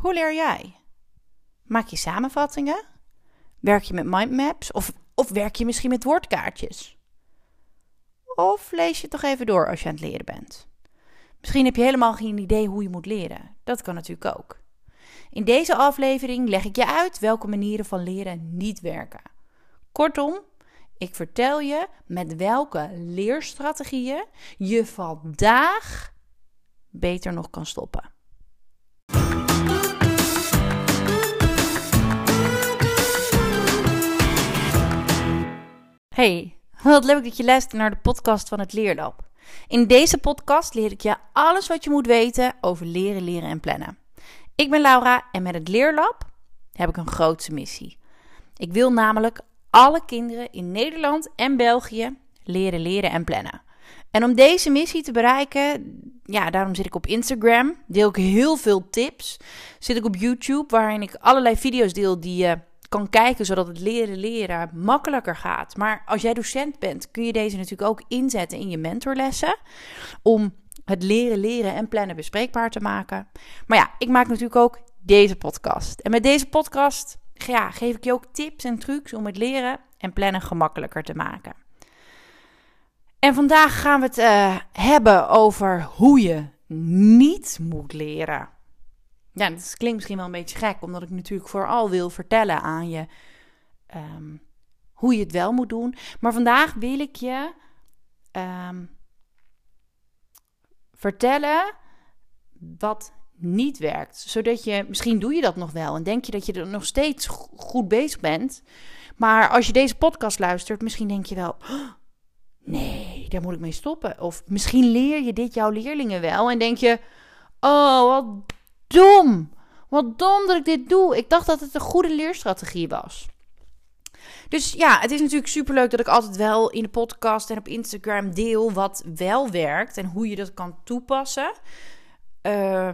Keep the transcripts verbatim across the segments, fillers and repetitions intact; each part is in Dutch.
Hoe leer jij? Maak je samenvattingen? Werk je met mindmaps? Of, of werk je misschien met woordkaartjes? Of lees je het toch even door als je aan het leren bent? Misschien heb je helemaal geen idee hoe je moet leren. Dat kan natuurlijk ook. In deze aflevering leg ik je uit welke manieren van leren niet werken. Kortom, ik vertel je met welke leerstrategieën je vandaag beter nog kan stoppen. Hey, wat leuk dat je luistert naar de podcast van het Leerlab. In deze podcast leer ik je alles wat je moet weten over leren, leren en plannen. Ik ben Laura en met het Leerlab heb ik een grootse missie. Ik wil namelijk alle kinderen in Nederland en België leren, leren en plannen. En om deze missie te bereiken, ja, daarom zit ik op Instagram, deel ik heel veel tips. Zit ik op YouTube, waarin ik allerlei video's deel die je kan kijken, zodat het leren, leren makkelijker gaat. Maar als jij docent bent, kun je deze natuurlijk ook inzetten in je mentorlessen, om het leren, leren en plannen bespreekbaar te maken. Maar ja, ik maak natuurlijk ook deze podcast. En met deze podcast ja, geef ik je ook tips en trucs om het leren en plannen gemakkelijker te maken. En vandaag gaan we het uh, hebben over hoe je niet moet leren. Ja, dat klinkt misschien wel een beetje gek, omdat ik natuurlijk vooral wil vertellen aan je um, hoe je het wel moet doen. Maar vandaag wil ik je um, vertellen wat niet werkt. Zodat je, misschien doe je dat nog wel en denk je dat je er nog steeds goed bezig bent. Maar als je deze podcast luistert, misschien denk je wel, oh, nee, daar moet ik mee stoppen. Of misschien leer je dit jouw leerlingen wel en denk je, oh, wat dom. Wat dom dat ik dit doe. Ik dacht dat het een goede leerstrategie was. Dus ja, het is natuurlijk superleuk dat ik altijd wel in de podcast en op Instagram deel wat wel werkt en hoe je dat kan toepassen. Uh,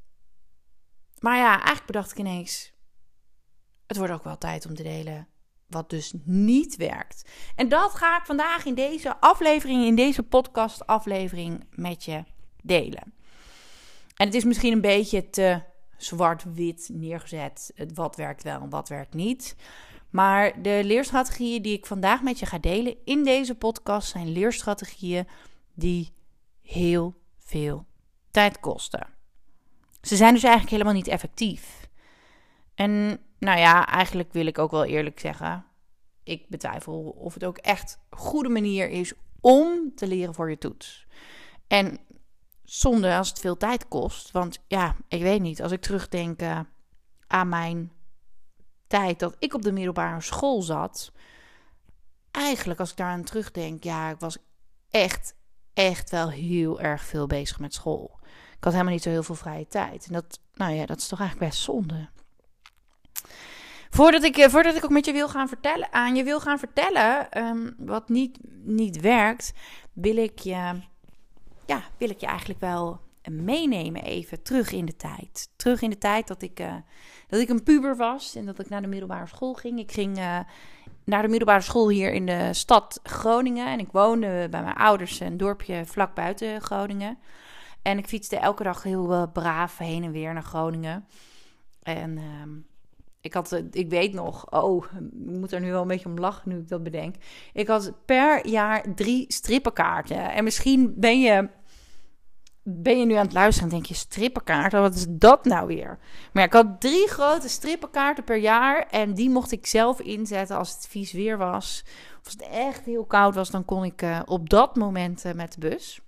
maar ja, eigenlijk bedacht ik ineens, het wordt ook wel tijd om te delen wat dus niet werkt. En dat ga ik vandaag in deze aflevering, in deze podcast aflevering met je delen. En het is misschien een beetje te zwart-wit neergezet. Wat werkt wel en wat werkt niet. Maar de leerstrategieën die ik vandaag met je ga delen in deze podcast zijn leerstrategieën die heel veel tijd kosten. Ze zijn dus eigenlijk helemaal niet effectief. En nou ja, eigenlijk wil ik ook wel eerlijk zeggen, ik betwijfel of het ook echt een goede manier is om te leren voor je toets. En zonde als het veel tijd kost. Want ja, ik weet niet. Als ik terugdenk uh, aan mijn tijd dat ik op de middelbare school zat. Eigenlijk als ik daaraan terugdenk. Ja, ik was echt, echt wel heel erg veel bezig met school. Ik had helemaal niet zo heel veel vrije tijd. En dat, nou ja, dat is toch eigenlijk best zonde. Voordat ik, uh, voordat ik ook met je wil gaan vertellen, aan je wil gaan vertellen um, wat niet, niet werkt, wil ik je... Ja, wil ik je eigenlijk wel meenemen even terug in de tijd. Terug in de tijd dat ik, uh, dat ik een puber was en dat ik naar de middelbare school ging. Ik ging uh, naar de middelbare school hier in de stad Groningen. En ik woonde bij mijn ouders, een dorpje vlak buiten Groningen. En ik fietste elke dag heel uh, braaf heen en weer naar Groningen. En uh, ik had, ik weet nog, oh, ik moet er nu wel een beetje om lachen nu ik dat bedenk. Ik had per jaar drie strippenkaarten. En misschien ben je, ben je nu aan het luisteren en denk je, strippenkaarten, wat is dat nou weer? Maar ja, ik had drie grote strippenkaarten per jaar. En die mocht ik zelf inzetten als het vies weer was. Of als het echt heel koud was, dan kon ik uh, op dat moment uh, met de bus.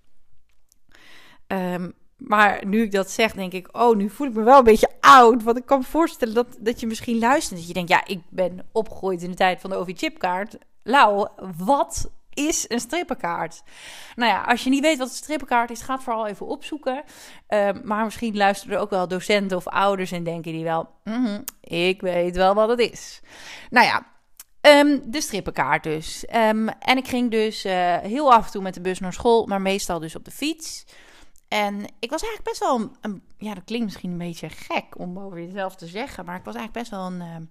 Um, Maar nu ik dat zeg, denk ik, oh, nu voel ik me wel een beetje oud. Want ik kan me voorstellen dat, dat je misschien luistert. Dat je denkt, ja, ik ben opgegroeid in de tijd van de O V-chipkaart. Lau, wat is een strippenkaart? Nou ja, als je niet weet wat een strippenkaart is, ga het vooral even opzoeken. Uh, maar misschien luisteren er ook wel docenten of ouders en denken die wel, mm-hmm, ik weet wel wat het is. Nou ja, um, de strippenkaart dus. Um, en ik ging dus uh, heel af en toe met de bus naar school, maar meestal dus op de fiets. En ik was eigenlijk best wel een, een... Ja, dat klinkt misschien een beetje gek om over jezelf te zeggen. Maar ik was eigenlijk best wel een uh,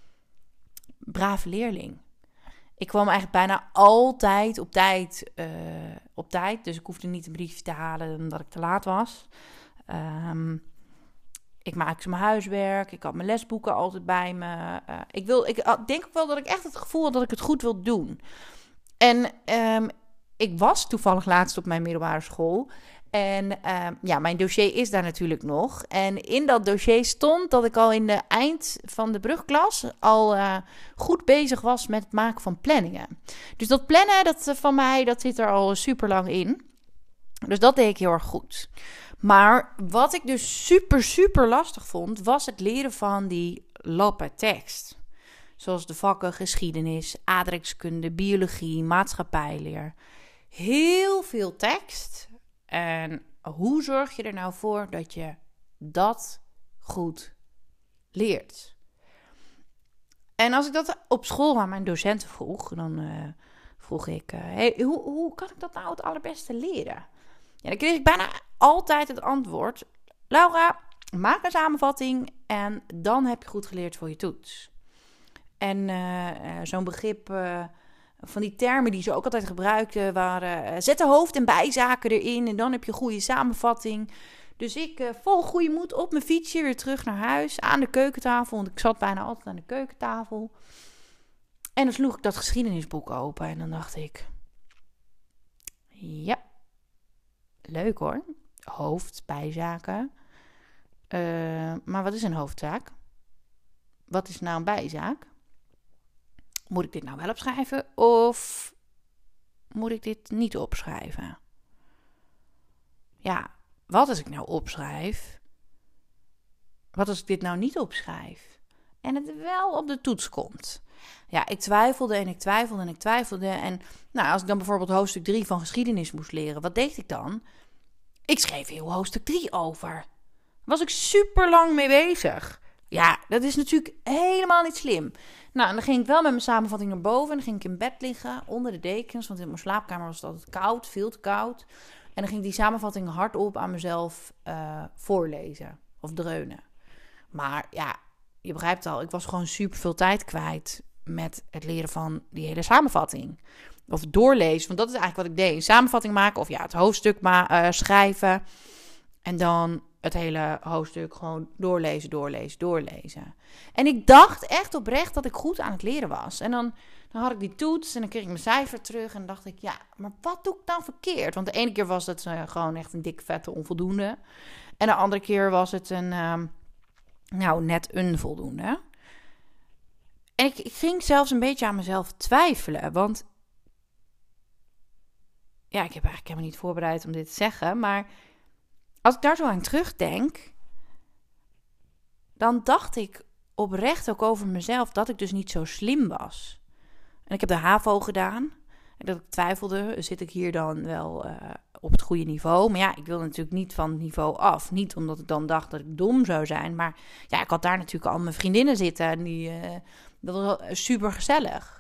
brave leerling. Ik kwam eigenlijk bijna altijd op tijd, uh, op tijd. Dus ik hoefde niet een briefje te halen omdat ik te laat was. Um, Ik maakte mijn huiswerk. Ik had mijn lesboeken altijd bij me. Uh, ik, wil, ik denk ook wel dat ik echt het gevoel had dat ik het goed wil doen. En um, ik was toevallig laatst op mijn middelbare school. En uh, ja, mijn dossier is daar natuurlijk nog. En in dat dossier stond dat ik al in de eind van de brugklas al uh, goed bezig was met het maken van planningen. Dus dat plannen dat, uh, van mij, dat zit er al super lang in. Dus dat deed ik heel erg goed. Maar wat ik dus super, super lastig vond, was het leren van die lappen tekst. Zoals de vakken geschiedenis, aardrijkskunde, biologie, maatschappijleer. Heel veel tekst. En hoe zorg je er nou voor dat je dat goed leert? En als ik dat op school aan mijn docenten vroeg, dan uh, vroeg ik, uh, hey, hoe, hoe kan ik dat nou het allerbeste leren? Ja, dan kreeg ik bijna altijd het antwoord, Laura, maak een samenvatting en dan heb je goed geleerd voor je toets. En uh, uh, zo'n begrip uh, van die termen die ze ook altijd gebruikten waren, uh, zet de hoofd- en bijzaken erin en dan heb je een goede samenvatting. Dus ik uh, vol goede moed op mijn fietsje weer terug naar huis aan de keukentafel, want ik zat bijna altijd aan de keukentafel. En dan sloeg ik dat geschiedenisboek open en dan dacht ik, ja, leuk hoor, hoofd, bijzaken. Uh, maar wat is een hoofdzaak? Wat is nou een bijzaak? Moet ik dit nou wel opschrijven of moet ik dit niet opschrijven? Ja, wat als ik nou opschrijf? Wat als ik dit nou niet opschrijf? En het wel op de toets komt. Ja, ik twijfelde en ik twijfelde en ik twijfelde. En nou, als ik dan bijvoorbeeld hoofdstuk drie van geschiedenis moest leren, wat deed ik dan? Ik schreef heel hoofdstuk drie over. Daar was ik super lang mee bezig. Ja, dat is natuurlijk helemaal niet slim. Nou, en dan ging ik wel met mijn samenvatting naar boven. En dan ging ik in bed liggen, onder de dekens. Want in mijn slaapkamer was het altijd koud, veel te koud. En dan ging ik die samenvatting hardop aan mezelf uh, voorlezen. Of dreunen. Maar ja, je begrijpt al, ik was gewoon super veel tijd kwijt met het leren van die hele samenvatting. Of doorlezen, want dat is eigenlijk wat ik deed. Een samenvatting maken of ja, het hoofdstuk ma- uh, schrijven. En dan het hele hoofdstuk gewoon doorlezen, doorlezen, doorlezen. En ik dacht echt oprecht dat ik goed aan het leren was. En dan, dan had ik die toets en dan kreeg ik mijn cijfer terug. En dan dacht ik, ja, maar wat doe ik dan verkeerd? Want de ene keer was het uh, gewoon echt een dik vette onvoldoende. En de andere keer was het een, um, nou, net een voldoende. En ik, ik ging zelfs een beetje aan mezelf twijfelen. Want ja, ik heb eigenlijk helemaal niet voorbereid om dit te zeggen. Maar als ik daar zo aan terugdenk, dan dacht ik oprecht ook over mezelf dat ik dus niet zo slim was. En ik heb de HAVO gedaan. En dat ik twijfelde, zit ik hier dan wel uh, op het goede niveau? Maar ja, ik wilde natuurlijk niet van het niveau af. Niet omdat ik dan dacht dat ik dom zou zijn. Maar ja, ik had daar natuurlijk al mijn vriendinnen zitten. En die, uh, dat was super gezellig.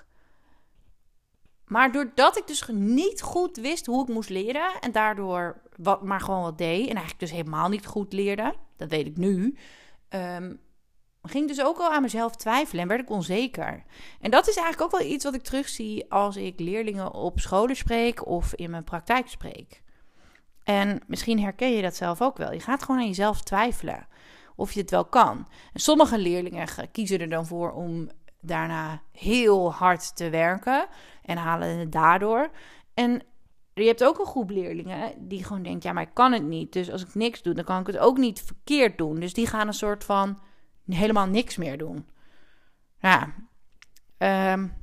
Maar doordat ik dus niet goed wist hoe ik moest leren en daardoor wat, maar gewoon wat deed en eigenlijk dus helemaal niet goed leerde, dat weet ik nu, um, ging ik dus ook al aan mezelf twijfelen en werd ik onzeker. En dat is eigenlijk ook wel iets wat ik terugzie als ik leerlingen op scholen spreek of in mijn praktijk spreek. En misschien herken je dat zelf ook wel. Je gaat gewoon aan jezelf twijfelen of je het wel kan. En sommige leerlingen kiezen er dan voor om daarna heel hard te werken en halen het daardoor. En je hebt ook een groep leerlingen die gewoon denkt, ja, maar ik kan het niet. Dus als ik niks doe, dan kan ik het ook niet verkeerd doen. Dus die gaan een soort van helemaal niks meer doen. Ja. Um,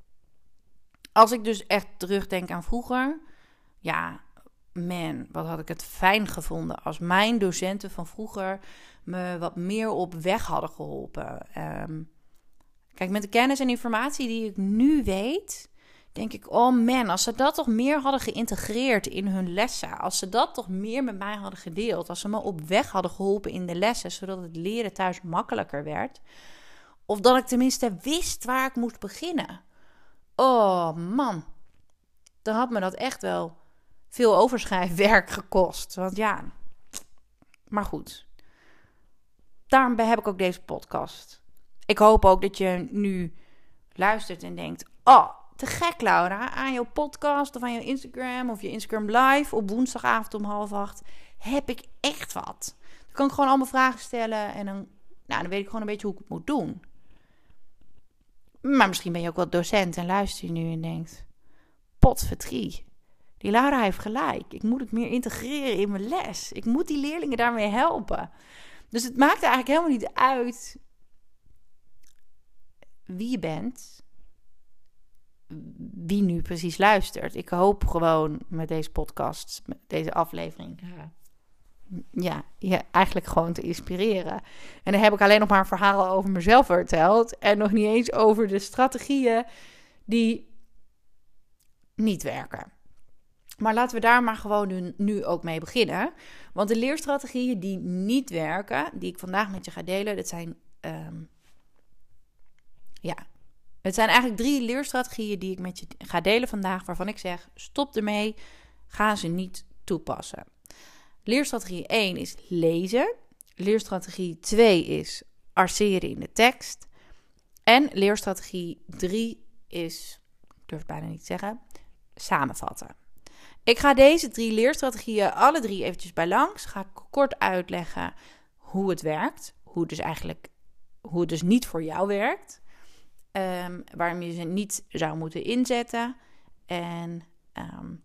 als ik dus echt terugdenk aan vroeger, ja, man, wat had ik het fijn gevonden als mijn docenten van vroeger me wat meer op weg hadden geholpen. Um, Kijk, met de kennis en informatie die ik nu weet, denk ik, oh man, als ze dat toch meer hadden geïntegreerd in hun lessen, als ze dat toch meer met mij hadden gedeeld, als ze me op weg hadden geholpen in de lessen, zodat het leren thuis makkelijker werd, of dat ik tenminste wist waar ik moest beginnen. Oh man, dan had me dat echt wel veel overschrijfwerk gekost. Want ja, maar goed, daarom heb ik ook deze podcast. Ik hoop ook dat je nu luistert en denkt, oh, te gek Laura, aan jouw podcast of aan jouw Instagram of je Instagram live op woensdagavond om half acht heb ik echt wat. Dan kan ik gewoon allemaal vragen stellen en dan, nou, dan weet ik gewoon een beetje hoe ik het moet doen. Maar misschien ben je ook wel docent en luister je nu en denkt, potverdrie, die Laura heeft gelijk. Ik moet het meer integreren in mijn les. Ik moet die leerlingen daarmee helpen. Dus het maakt eigenlijk helemaal niet uit wie je bent, wie nu precies luistert. Ik hoop gewoon met deze podcast, met deze aflevering, ja, ja, je eigenlijk gewoon te inspireren. En dan heb ik alleen nog maar verhalen over mezelf verteld en nog niet eens over de strategieën die niet werken. Maar laten we daar maar gewoon nu, nu ook mee beginnen. Want de leerstrategieën die niet werken, die ik vandaag met je ga delen, dat zijn, um, ja, het zijn eigenlijk drie leerstrategieën die ik met je ga delen vandaag, waarvan ik zeg, stop ermee, ga ze niet toepassen. Leerstrategie één is lezen. Leerstrategie twee is arceren in de tekst. En leerstrategie drie is, ik durf het bijna niet te zeggen, samenvatten. Ik ga deze drie leerstrategieën alle drie eventjes bij langs. Ga ik kort uitleggen hoe het werkt. Hoe het dus eigenlijk, hoe het dus niet voor jou werkt. Um, waarom je ze niet zou moeten inzetten. En um,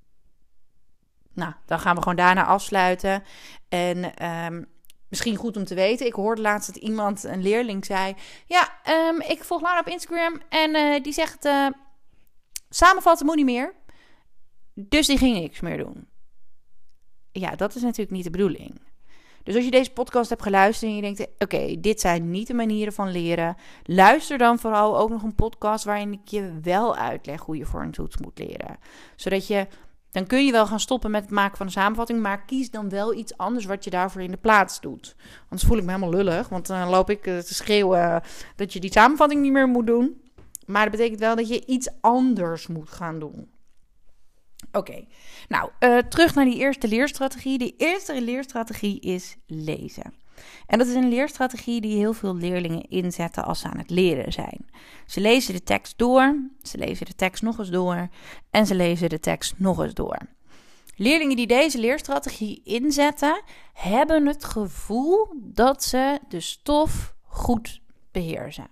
nou, dan gaan we gewoon daarna afsluiten. En um, misschien goed om te weten. Ik hoorde laatst dat iemand, een leerling, zei, ja, um, ik volg Laura op Instagram. En uh, die zegt, uh, samenvatten moet niet meer. Dus die ging niks meer doen. Ja, dat is natuurlijk niet de bedoeling. Dus als je deze podcast hebt geluisterd en je denkt, oké, okay, dit zijn niet de manieren van leren, luister dan vooral ook nog een podcast waarin ik je wel uitleg hoe je voor een toets moet leren. Zodat je, dan kun je wel gaan stoppen met het maken van een samenvatting, maar kies dan wel iets anders wat je daarvoor in de plaats doet. Anders voel ik me helemaal lullig, want dan loop ik te schreeuwen dat je die samenvatting niet meer moet doen. Maar dat betekent wel dat je iets anders moet gaan doen. Oké, okay. nou, uh, terug naar die eerste leerstrategie. De eerste leerstrategie is lezen. En dat is een leerstrategie die heel veel leerlingen inzetten als ze aan het leren zijn. Ze lezen de tekst door, ze lezen de tekst nog eens door en ze lezen de tekst nog eens door. Leerlingen die deze leerstrategie inzetten, hebben het gevoel dat ze de stof goed beheersen.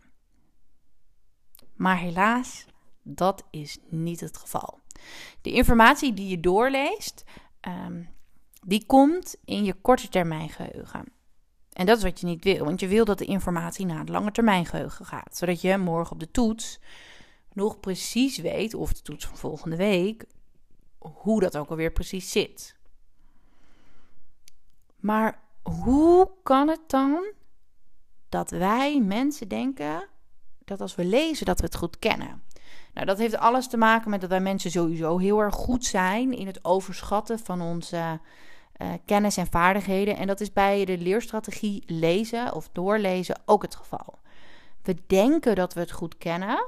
Maar helaas, dat is niet het geval. De informatie die je doorleest, um, die komt in je korte termijn geheugen. En dat is wat je niet wil, want je wil dat de informatie naar het lange termijn geheugen gaat. Zodat je morgen op de toets nog precies weet, of de toets van volgende week, hoe dat ook alweer precies zit. Maar hoe kan het dan dat wij mensen denken dat als we lezen dat we het goed kennen? Nou, dat heeft alles te maken met dat wij mensen sowieso heel erg goed zijn in het overschatten van onze uh, kennis en vaardigheden. En dat is bij de leerstrategie lezen of doorlezen ook het geval. We denken dat we het goed kennen,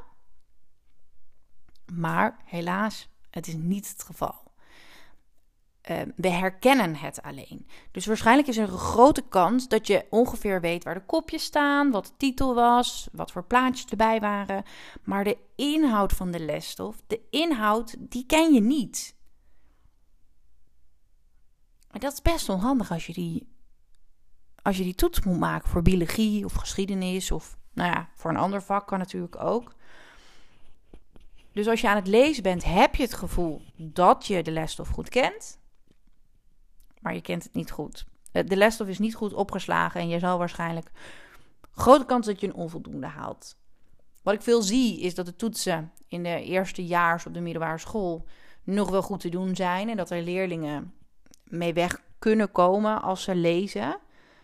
maar helaas, het is niet het geval. Uh, we herkennen het alleen. Dus waarschijnlijk is er een grote kans dat je ongeveer weet waar de kopjes staan, wat de titel was, wat voor plaatjes erbij waren. Maar de inhoud van de lesstof, de inhoud, die ken je niet. Maar dat is best onhandig als je die, als je die toets moet maken voor biologie of geschiedenis of, nou ja, voor een ander vak kan natuurlijk ook. Dus als je aan het lezen bent, heb je het gevoel dat je de lesstof goed kent. Maar je kent het niet goed. De lesstof is niet goed opgeslagen en je zal waarschijnlijk grote kans dat je een onvoldoende haalt. Wat ik veel zie is dat de toetsen in de eerste jaars op de middelbare school nog wel goed te doen zijn. En dat er leerlingen mee weg kunnen komen als ze lezen.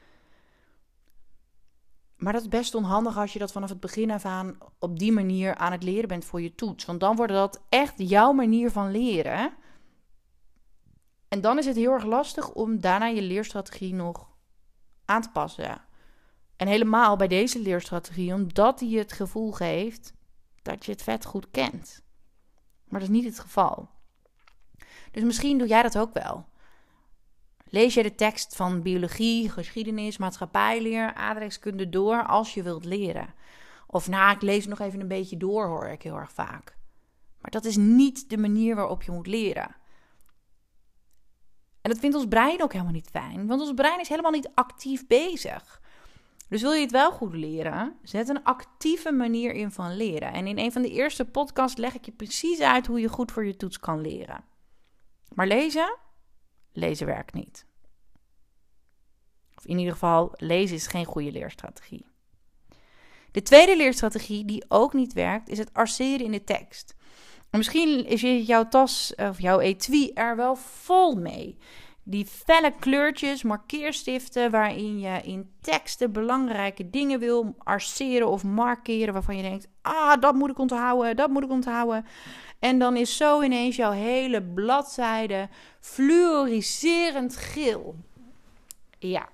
Maar dat is best onhandig als je dat vanaf het begin af aan op die manier aan het leren bent voor je toets. Want dan wordt dat echt jouw manier van leren. En dan is het heel erg lastig om daarna je leerstrategie nog aan te passen. En helemaal bij deze leerstrategie, omdat die je het gevoel geeft dat je het vet goed kent. Maar dat is niet het geval. Dus misschien doe jij dat ook wel. Lees je de tekst van biologie, geschiedenis, maatschappijleer, aardrijkskunde door als je wilt leren. Of nou, ik lees nog even een beetje door, hoor ik heel erg vaak. Maar dat is niet de manier waarop je moet leren. En dat vindt ons brein ook helemaal niet fijn, want ons brein is helemaal niet actief bezig. Dus wil je het wel goed leren, zet een actieve manier in van leren. En in een van de eerste podcasts leg ik je precies uit hoe je goed voor je toets kan leren. Maar lezen? Lezen werkt niet. Of in ieder geval, lezen is geen goede leerstrategie. De tweede leerstrategie die ook niet werkt, is het arceren in de tekst. En misschien is jouw tas of jouw etui er wel vol mee. Die felle kleurtjes, markeerstiften waarin je in teksten belangrijke dingen wil arceren of markeren. Waarvan je denkt, ah, dat moet ik onthouden, dat moet ik onthouden. En dan is zo ineens jouw hele bladzijde fluoriserend geel. Ja,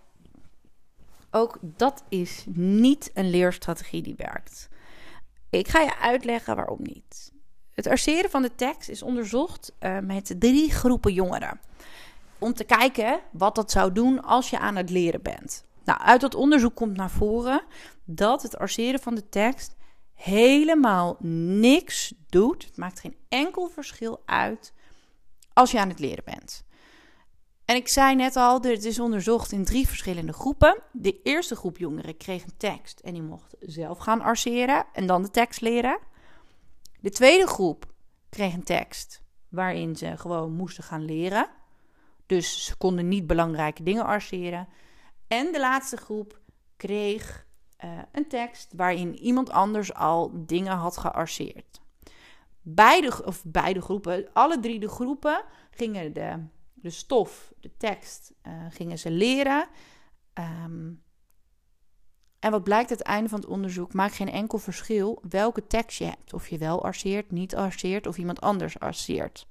ook dat is niet een leerstrategie die werkt. Ik ga je uitleggen waarom niet. Het arceren van de tekst is onderzocht uh, met drie groepen jongeren. Om te kijken wat dat zou doen als je aan het leren bent. Nou, uit dat onderzoek komt naar voren dat het arceren van de tekst helemaal niks doet. Het maakt geen enkel verschil uit als je aan het leren bent. En ik zei net al, dit is onderzocht in drie verschillende groepen. De eerste groep jongeren kreeg een tekst en die mocht zelf gaan arceren en dan de tekst leren. De tweede groep kreeg een tekst waarin ze gewoon moesten gaan leren. Dus ze konden niet belangrijke dingen arceren. En de laatste groep kreeg uh, een tekst waarin iemand anders al dingen had gearceerd. Beide, of beide groepen, alle drie de groepen gingen de, de stof, de tekst, uh, gingen ze leren. Um, en wat blijkt aan het einde van het onderzoek, maakt geen enkel verschil welke tekst je hebt. Of je wel arceert, niet arceert of iemand anders arceert.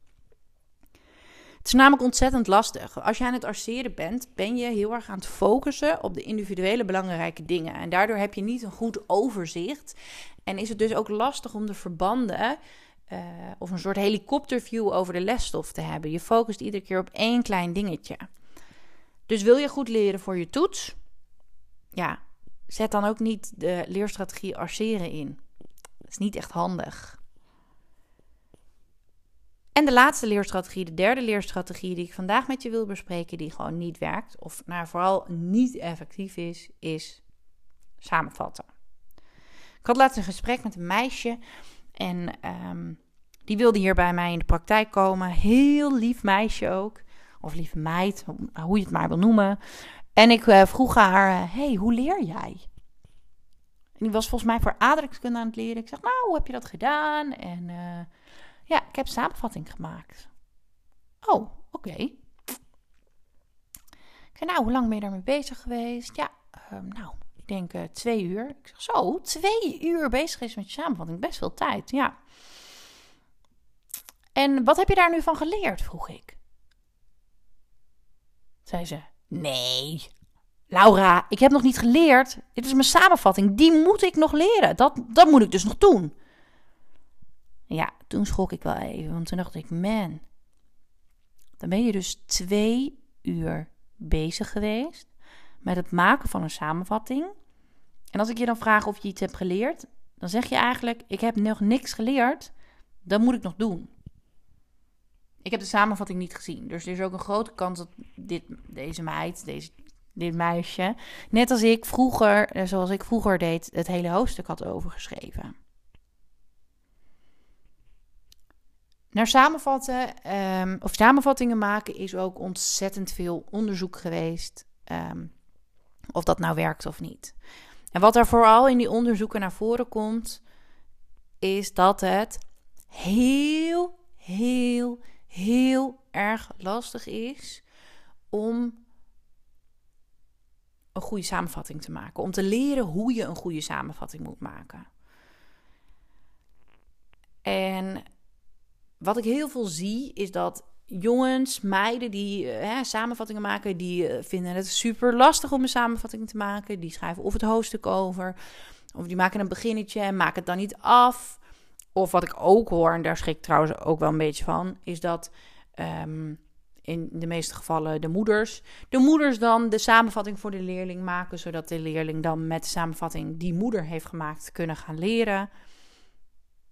Het is namelijk ontzettend lastig. Als je aan het arceren bent, ben je heel erg aan het focussen op de individuele belangrijke dingen. En daardoor heb je niet een goed overzicht. En is het dus ook lastig om de verbanden uh, of een soort helikopterview over de lesstof te hebben. Je focust iedere keer op één klein dingetje. Dus wil je goed leren voor je toets? Ja, zet dan ook niet de leerstrategie arceren in. Dat is niet echt handig. En de laatste leerstrategie, de derde leerstrategie die ik vandaag met je wil bespreken, die gewoon niet werkt, of nou, vooral niet effectief is, is samenvatten. Ik had laatst een gesprek met een meisje en um, die wilde hier bij mij in de praktijk komen. Heel lief meisje ook, of lieve meid, hoe je het maar wil noemen. En ik uh, vroeg haar, hey, hoe leer jij? En die was volgens mij voor aardrijkskunde aan het leren. Ik zeg, nou, hoe heb je dat gedaan? En uh, ja, ik heb een samenvatting gemaakt. Oh, oké. Okay. Ik zei, nou, hoe lang ben je daarmee bezig geweest? Ja, um, nou, ik denk uh, twee uur. Ik zeg, zo, twee uur bezig is met je samenvatting. Best veel tijd, ja. En wat heb je daar nu van geleerd, vroeg ik. Zei ze, nee, Laura, ik heb nog niet geleerd. Dit is mijn samenvatting, die moet ik nog leren. Dat, dat moet ik dus nog doen. Ja, toen schrok ik wel even, want toen dacht ik, man, dan ben je dus twee uur bezig geweest met het maken van een samenvatting. En als ik je dan vraag of je iets hebt geleerd, dan zeg je eigenlijk, ik heb nog niks geleerd, dat moet ik nog doen. Ik heb de samenvatting niet gezien, dus er is ook een grote kans dat dit, deze meid, deze, dit meisje, net als ik vroeger, zoals ik vroeger deed, het hele hoofdstuk had overgeschreven. Naar samenvatten, um, of samenvattingen maken is ook ontzettend veel onderzoek geweest. Um, of dat nou werkt of niet. En wat er vooral in die onderzoeken naar voren komt, is dat het heel, heel, heel erg lastig is om een goede samenvatting te maken. Om te leren hoe je een goede samenvatting moet maken. En wat ik heel veel zie, is dat jongens, meiden die uh, samenvattingen maken, die uh, vinden het super lastig om een samenvatting te maken. Die schrijven of het hoofdstuk over, of die maken een beginnetje en maken het dan niet af. Of wat ik ook hoor, en daar schrik ik trouwens ook wel een beetje van, is dat um, in de meeste gevallen de moeders, de moeders dan de samenvatting voor de leerling maken, zodat de leerling dan met de samenvatting die moeder heeft gemaakt kunnen gaan leren.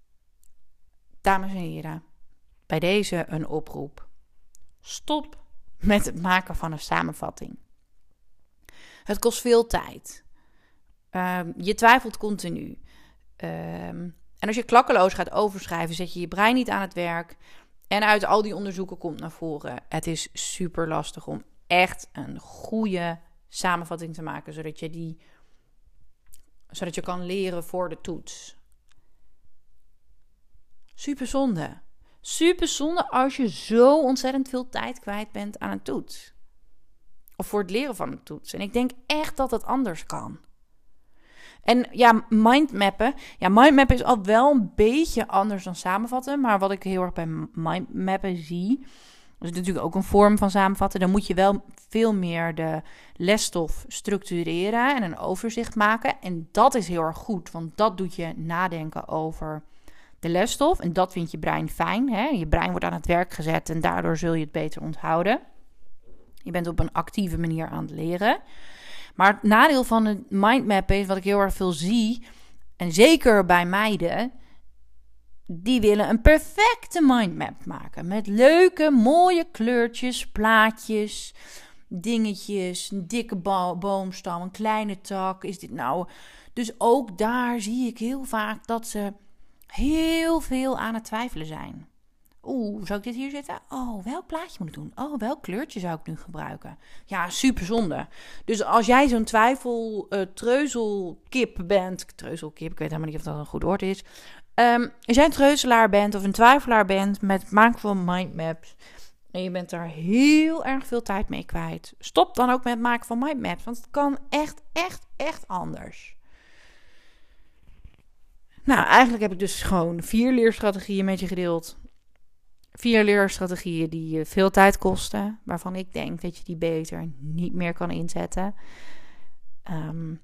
Dames en heren, bij deze een oproep. Stop met het maken van een samenvatting. Het kost veel tijd. Um, je twijfelt continu. Um, en als je klakkeloos gaat overschrijven, zet je je brein niet aan het werk. En uit al die onderzoeken komt naar voren: het is super lastig om echt een goede samenvatting te maken, zodat je die, zodat je kan leren voor de toets. Super zonde. Super zonde als je zo ontzettend veel tijd kwijt bent aan een toets. Of voor het leren van een toets. En ik denk echt dat het anders kan. En ja, mindmappen. Ja, mindmappen is al wel een beetje anders dan samenvatten. Maar wat ik heel erg bij mindmappen zie, dat is natuurlijk ook een vorm van samenvatten. Dan moet je wel veel meer de lesstof structureren en een overzicht maken. En dat is heel erg goed, want dat doet je nadenken over de lesstof. En dat vindt je brein fijn. Hè? Je brein wordt aan het werk gezet en daardoor zul je het beter onthouden. Je bent op een actieve manier aan het leren. Maar het nadeel van het mindmappen is wat ik heel erg veel zie, en zeker bij meiden, die willen een perfecte mindmap maken. Met leuke, mooie kleurtjes, plaatjes, dingetjes, een dikke bo- boomstam, een kleine tak. Is dit nou? Dus ook daar zie ik heel vaak dat ze heel veel aan het twijfelen zijn. Oeh, zou ik dit hier zetten? Oh, welk plaatje moet ik doen? Oh, welk kleurtje zou ik nu gebruiken? Ja, super zonde. Dus als jij zo'n twijfel uh, treuzelkip bent... Treuzelkip, ik weet helemaal niet of dat een goed woord is. Um, als jij een treuzelaar bent of een twijfelaar bent met het maken van mindmaps, en je bent daar heel erg veel tijd mee kwijt, stop dan ook met het maken van mindmaps. Want het kan echt, echt, echt anders. Nou, eigenlijk heb ik dus gewoon vier leerstrategieën met je gedeeld. Vier leerstrategieën die je veel tijd kosten, waarvan ik denk dat je die beter niet meer kan inzetten. Um,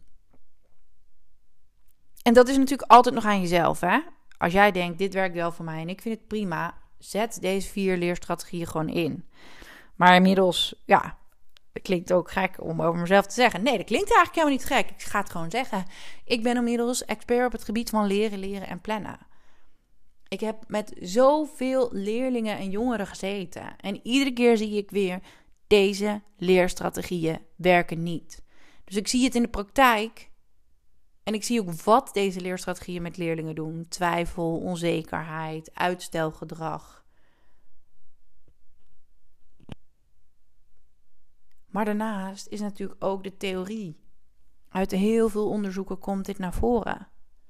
en dat is natuurlijk altijd nog aan jezelf, hè? Als jij denkt, dit werkt wel voor mij en ik vind het prima, zet deze vier leerstrategieën gewoon in. Maar inmiddels, ja, het klinkt ook gek om over mezelf te zeggen. Nee, dat klinkt eigenlijk helemaal niet gek. Ik ga het gewoon zeggen. Ik ben inmiddels expert op het gebied van leren, leren en plannen. Ik heb met zoveel leerlingen en jongeren gezeten. En iedere keer zie ik weer, deze leerstrategieën werken niet. Dus ik zie het in de praktijk. En ik zie ook wat deze leerstrategieën met leerlingen doen. Twijfel, onzekerheid, uitstelgedrag. Maar daarnaast is natuurlijk ook de theorie. Uit heel veel onderzoeken komt dit naar voren.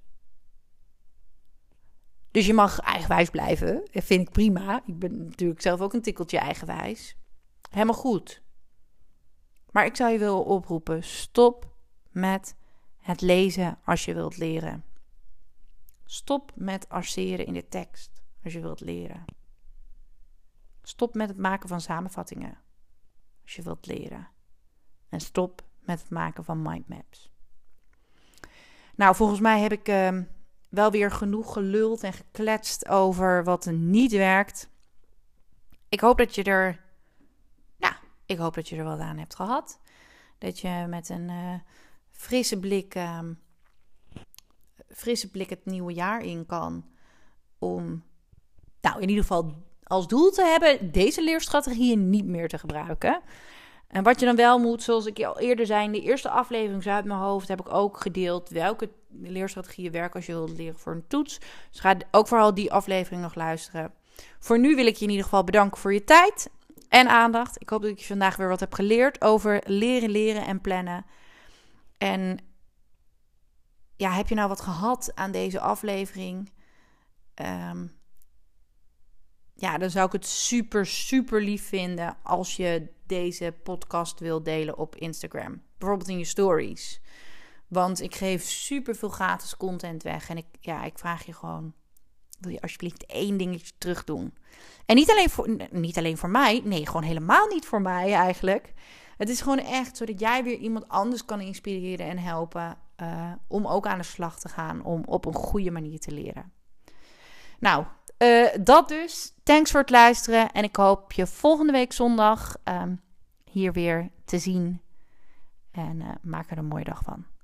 Dus je mag eigenwijs blijven. Dat vind ik prima. Ik ben natuurlijk zelf ook een tikkeltje eigenwijs. Helemaal goed. Maar ik zou je willen oproepen, stop met het lezen als je wilt leren. Stop met arceren in de tekst als je wilt leren. Stop met het maken van samenvattingen als je wilt leren. En stop met het maken van mindmaps. Nou, volgens mij heb ik uh, wel weer genoeg geluld en gekletst over wat er niet werkt. Ik hoop dat je er, nou, ik hoop dat je er wat aan hebt gehad. Dat je met een uh, frisse blik, uh, frisse blik het nieuwe jaar in kan. Om, nou, in ieder geval als doel te hebben deze leerstrategieën niet meer te gebruiken. En wat je dan wel moet, zoals ik je al eerder zei, in de eerste aflevering uit mijn hoofd heb ik ook gedeeld welke leerstrategieën werken als je wilt leren voor een toets. Dus ga ook vooral die aflevering nog luisteren. Voor nu wil ik je in ieder geval bedanken voor je tijd en aandacht. Ik hoop dat ik je vandaag weer wat heb geleerd over leren, leren en plannen. En ja, heb je nou wat gehad aan deze aflevering? Um, ja, dan zou ik het super, super lief vinden als je deze podcast wil delen op Instagram. Bijvoorbeeld in je stories. Want ik geef super veel gratis content weg. En ik, ja, ik vraag je gewoon, wil je alsjeblieft één dingetje terug doen? En niet alleen voor, niet alleen voor mij. Nee, gewoon helemaal niet voor mij eigenlijk. Het is gewoon echt zodat jij weer iemand anders kan inspireren en helpen. Uh, om ook aan de slag te gaan. Om op een goede manier te leren. Nou, uh, dat dus. Thanks voor het luisteren. En ik hoop je volgende week zondag um, hier weer te zien. En uh, maak er een mooie dag van.